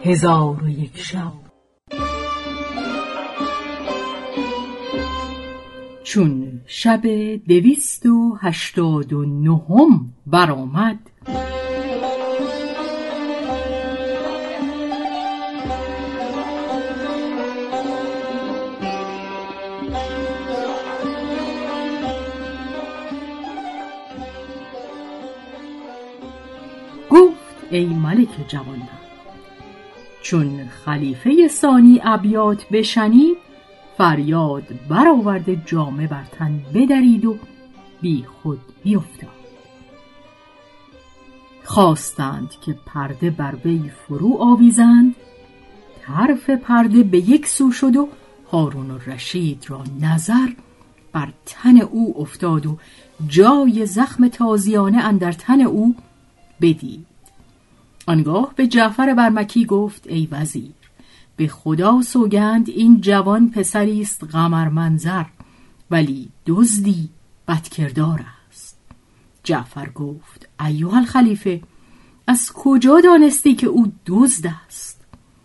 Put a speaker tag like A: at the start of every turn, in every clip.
A: 1001 شب. چون شب 289 برآمد، گفت ای ملک جوانمرد، چون خلیفه ثانی ابیات بشنید، فریاد برآورده جامه بر تن بدرید و بی خود بیفتاد. خواستند که پرده بر وی فرو آویزند، طرف پرده به یک سو شد و هارون الرشید را نظر بر تن او افتاد و جای زخم تازیانه اندر تن او بدید. آنگاه به جعفر برمکی گفت ای وزیر، به خدا سوگند این جوان پسری است قمر منظر، ولی دزدی بدکردار است. جعفر گفت ایها الخلیفه، از کجا دانستی که او دزد است؟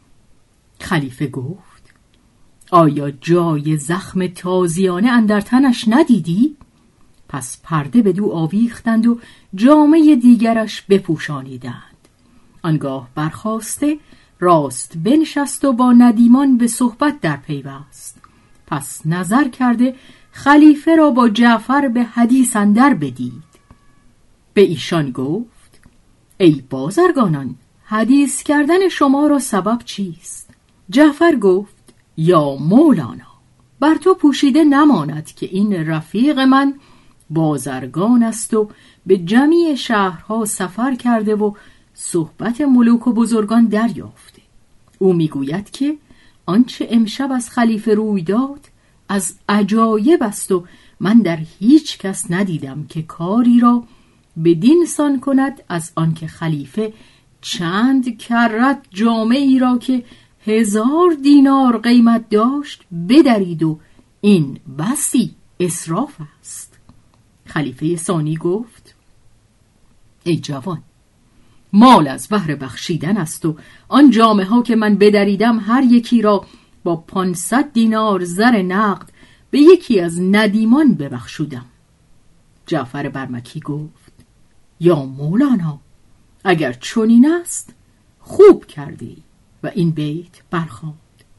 A: خلیفه گفت آیا جای زخم تازیانه اندر تنش ندیدی؟ پس پرده بدو آویختند و جامه دیگرش بپوشانیدند. آنگاه برخاسته راست بنشست و با ندیمان به صحبت در پیوست. پس نظر کرده خلیفه را با جعفر به حدیث اندر بدید. به ایشان گفت ای بازرگانان، حدیث کردن شما را سبب چیست؟ جعفر گفت یا مولانا، بر تو پوشیده نماند که این رفیق من بازرگان است و به جمیع شهرها سفر کرده و صحبت ملوک و بزرگان دریافته. او میگوید که آنچه امشب از خلیفه روی داد از عجایب است و من در هیچ کس ندیدم که کاری را بدین سان کند از آنکه خلیفه چند کرت جامه ای را که 1000 دینار قیمت داشت بدرید و این بسی اسراف است. خلیفه ثانی گفت ای جوان، مال از بهر بخشیدن است و آن جامه ها که من بدریدم هر یکی را با 500 دینار زر نقد به یکی از ندیمان ببخشودم. جعفر برمکی گفت یا مولانا، اگر چنین است خوب کردی. و این بیت برخواند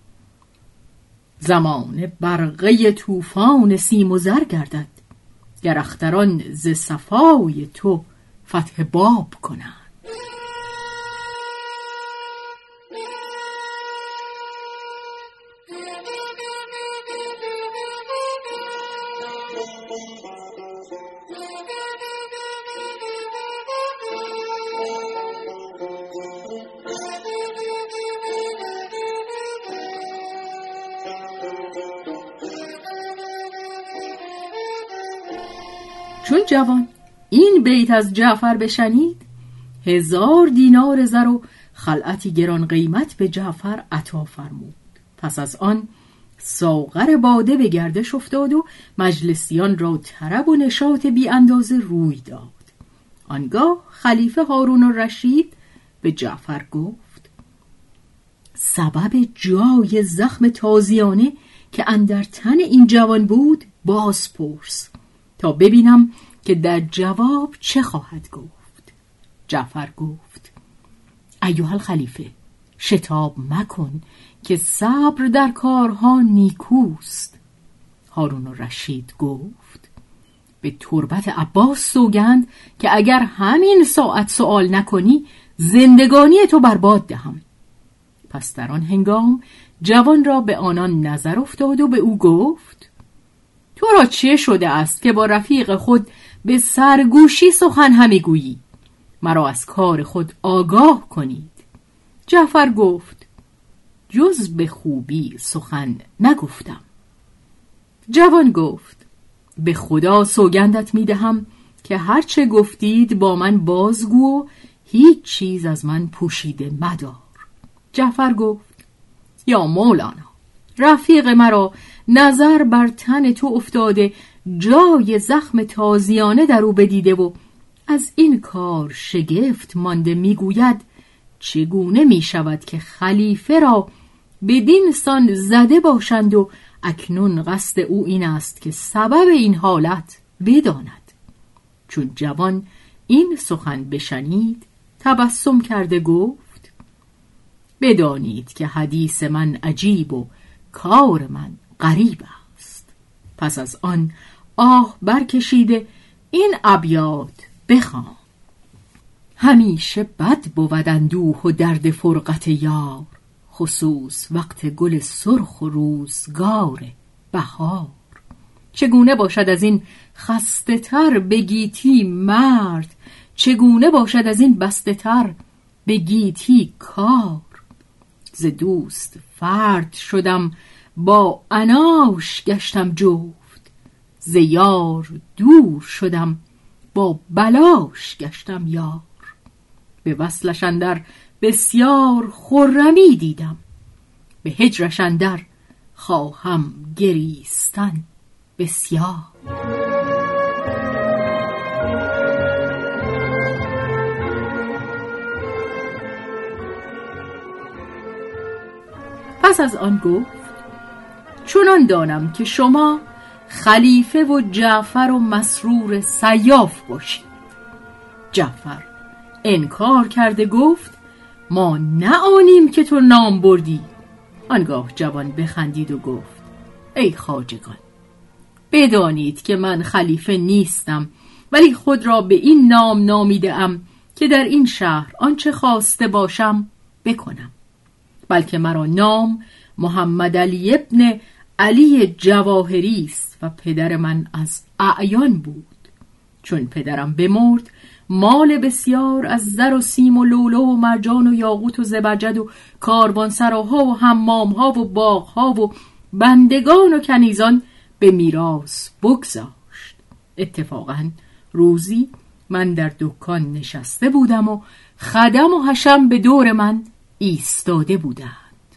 A: زمان برقه طوفان سیم و زر گردد، گر اختران ز صفای تو فتح باب کنند. چون جوان این بیت از جعفر بشنید، 1000 دینار زر و خلعتی گران قیمت به جعفر عطا فرمود. پس از آن ساغر باده به گردش افتاد و مجلسیان را طرب و نشاط بی اندازه روی داد. آنگاه خلیفه هارون الرشید به جعفر گفت سبب جای زخم تازیانه که اندر تن این جوان بود باز پرس تا ببینم که در جواب چه خواهد گفت. جعفر گفت ایها الخلیفه، شتاب مکن که صبر در کارها نیکوست. هارون الرشید گفت به تربت عباس سوگند که اگر همین ساعت سؤال نکنی زندگانی تو برباد دهم. پس در آن هنگام جوان را به آنان نظر افتاد و به او گفت تو را چه شده است که با رفیق خود به سرگوشی سخن همی گویی؟ مرا از کار خود آگاه کنید. جعفر گفت جز به خوبی سخن نگفتم. جوان گفت به خدا سوگندت میدهم که هرچه گفتید با من بازگو و هیچ چیز از من پوشیده مدار. جعفر گفت یا مولانا، رفیق مرا نظر بر تن تو افتاده جای زخم تازیانه در او بدیده و از این کار شگفت مانده، میگوید چگونه می شود که خلیفه را بدین سان زده باشند و اکنون قصد او این است که سبب این حالت بداند. چون جوان این سخن بشنید تبسم کرده گفت: بدانید که حدیث من عجیب و کار من غریب است. پس از آن آه برکشیده این ابیات بخوان: همیشه بد بود اندوه و درد فرقت یار، خصوص وقت گل سرخ و روزگار بهار. چگونه باشد از این خسته تر به گیتی مرد، چگونه باشد از این بسته تر به گیتی کار. ز دوست فرد شدم با عناش گشتم جفت، ز یار دور شدم با بلاش گشتم یار. به وصلش اندر بسیار خرمی دیدم، به هجرش اندر خواهم گریستن بسیار. پس از آن گفت: چنان دانم که شما خلیفه و جعفر و مسرور سیاف باشید. جعفر انکار کرده گفت: ما نه آنیم که تو نام بردی. آنگاه جوان بخندید و گفت: ای خواجگان، بدانید که من خلیفه نیستم، ولی خود را به این نام نامیده ام که در این شهر آنچه خواسته باشم بکنم. بلکه مرا نام محمد علی ابن علی جواهری است و پدر من از اعیان بود. چون پدرم بمرد مال بسیار از زر و سیم و لؤلؤ و مرجان و یاقوت و زبرجد و کاروانسراها و حمامها و باغها و بندگان و کنیزان به میراث بگذاشت. اتفاقاً روزی من در دکان نشسته بودم و خدم و حشم به دور من ایستاده بودند.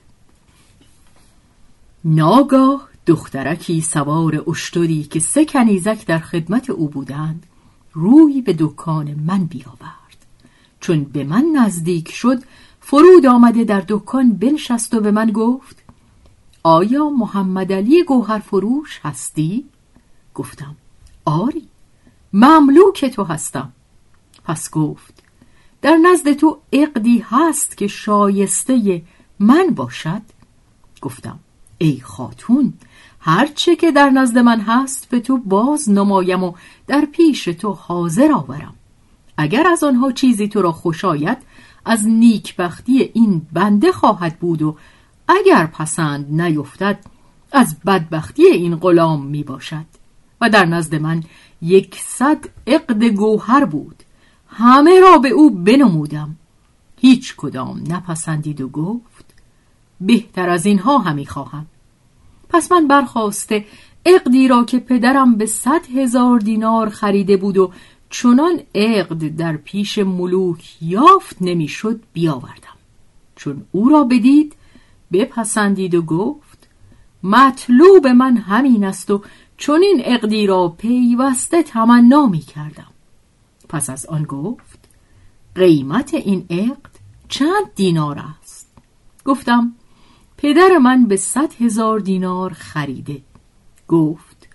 A: ناگاه دخترکی سوار اشتری که 3 کنیزک در خدمت او بودند روی به دکان من بیاورد. چون به من نزدیک شد فرود آمده در دکان بنشست و به من گفت: آیا محمد علی گوهر فروش هستی؟ گفتم: آری، مملوک تو هستم. پس گفت: در نزد تو عقدی هست که شایسته من باشد؟ گفتم: ای خاتون، هرچه که در نزد من هست به تو باز نمایم و در پیش تو حاضر آورم. اگر از آنها چیزی تو را خوش آید از نیکبختی این بنده خواهد بود و اگر پسند نیفتد از بدبختی این غلام می باشد. و در نزد من 100 عقد گوهر بود، همه را به او بنمودم، هیچ کدام نپسندید و گفت: بهتر از اینها همی خواهم. پس من برخاسته عقدی را که پدرم به 100,000 دینار خریده بود و چنان عقد در پیش ملوک یافت نمیشد بیاوردم. چون او را بدید بپسندید و گفت: مطلوب من همین است و چون این عقدی را پیوسته تمنا می کردم. پس از آن گفت: قیمت این عقد چند دینار است؟ گفتم: پدر من به 100,000 دینار خریده. گفت: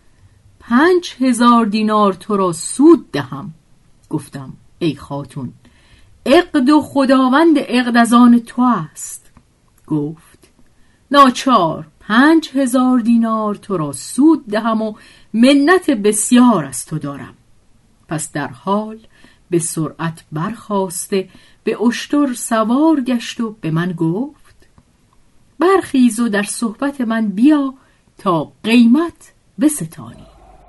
A: 5,000 دینار تو را سود دهم. گفتم: ای خاتون، عقد و خداوند عقد از آن تو است. گفت: ناچار 5,000 دینار تو را سود دهم و منت بسیار از تو دارم. پس در حال به سرعت برخاسته به اشتر سوار گشت و به من گفت: برخیز و در صحبت من بیا تا قیمت بستانی.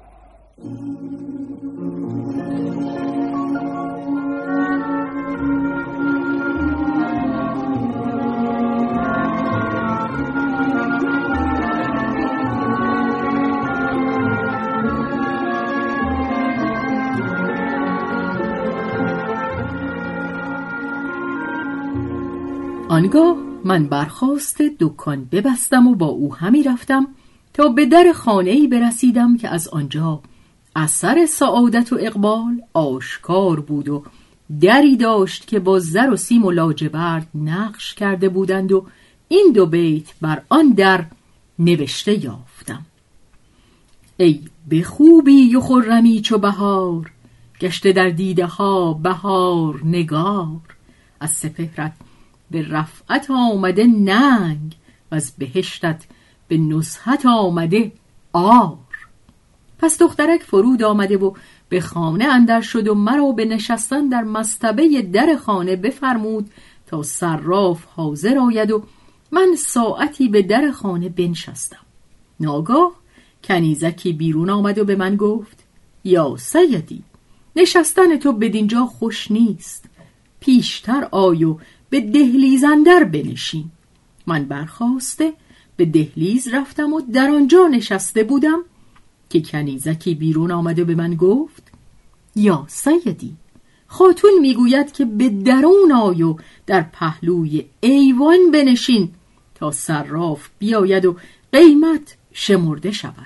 A: آنگاه من برخاسته دکان ببستم و با او همی رفتم تا به در خانه‌ای برسیدم که از آنجا اثر سعادت و اقبال آشکار بود و دری داشت که با زر و سیم و لاجورد نقش کرده بودند و این 2 بیت بر آن در نوشته یافتم: ای به خوبی و خرمی چو بهار، گشته در دیده ها بهار نگار. از سپهرت به رفعت آمده ننگ، و از بهشتت به نزهت آمده عار. پس دخترک فرود آمده و به خانه اندر شد و مرا به نشستن در مصطبه در خانه بفرمود تا صراف حاضر آید و من ساعتی به در خانه بنشستم. ناگاه کنیزکی بیرون آمد و به من گفت: یا سیدی، نشستن تو بدینجا خوش نیست، پیشتر آی و به دهلیز اندر بنشین. من برخاسته به دهلیز رفتم و در آنجا نشسته بودم که کنیزکی بیرون آمد و به من گفت: یا سیدی، خاتون میگوید که به درون آی و در پهلوی ایوان بنشین تا صراف بیاید و قیمت شمرده شود.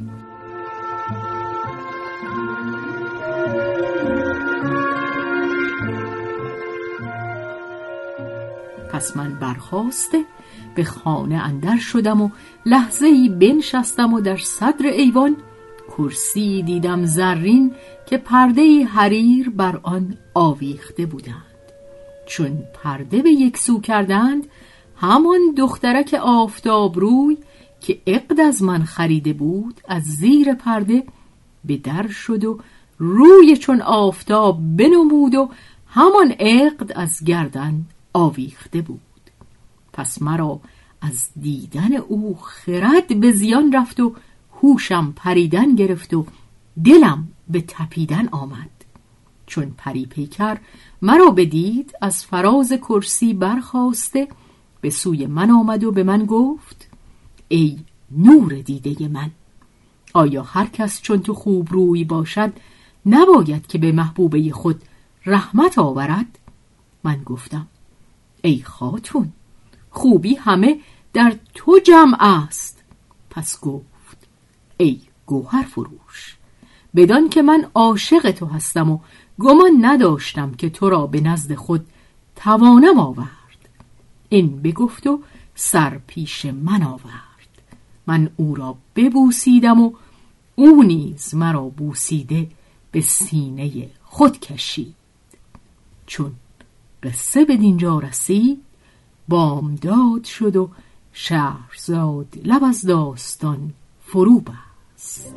A: پس من برخاسته به خانه اندر شدم و لحظه‌ای بنشستم و در صدر ایوان کرسی دیدم زرین که پرده حریر بر آن آویخته بودند. چون پرده به یک سو کردند، همان دخترک آفتاب روی که عقد از من خریده بود از زیر پرده به در شد و روی چون آفتاب بنمود و همان عقد از گردن آویخته بود. پس مرا از دیدن او خرد به زیان رفت و هوشم پریدن گرفت و دلم به تپیدن آمد. چون پری پیکر مرا بدید، از فراز کرسی برخاسته به سوی من آمد و به من گفت: ای نور دیده من، آیا هر کس چون تو خوب روی باشد نباید که به محبوبه خود رحمت آورد؟ من گفتم: ای خاتون، خوبی همه در تو جمع است. پس گفت: ای گوهر فروش، بدان که من عاشق تو هستم و گمان نداشتم که تو را به نزد خود توانم آورد. این بگفت و سر پیش من آورد. من او را ببوسیدم و او نیز مرا بوسیده به سینه خود کشید. چون قصه به دینجا رسید، بامداد شد و شهرزاد لب از داستان فرو بست.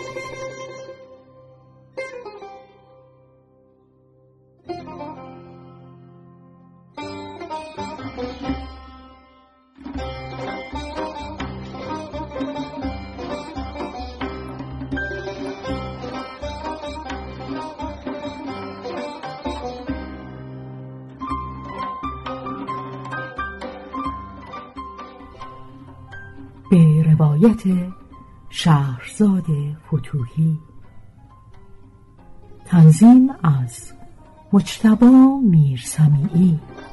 B: به روایت شهرزاد فتوحی. تنظیم از مجتبی میرسمیعی.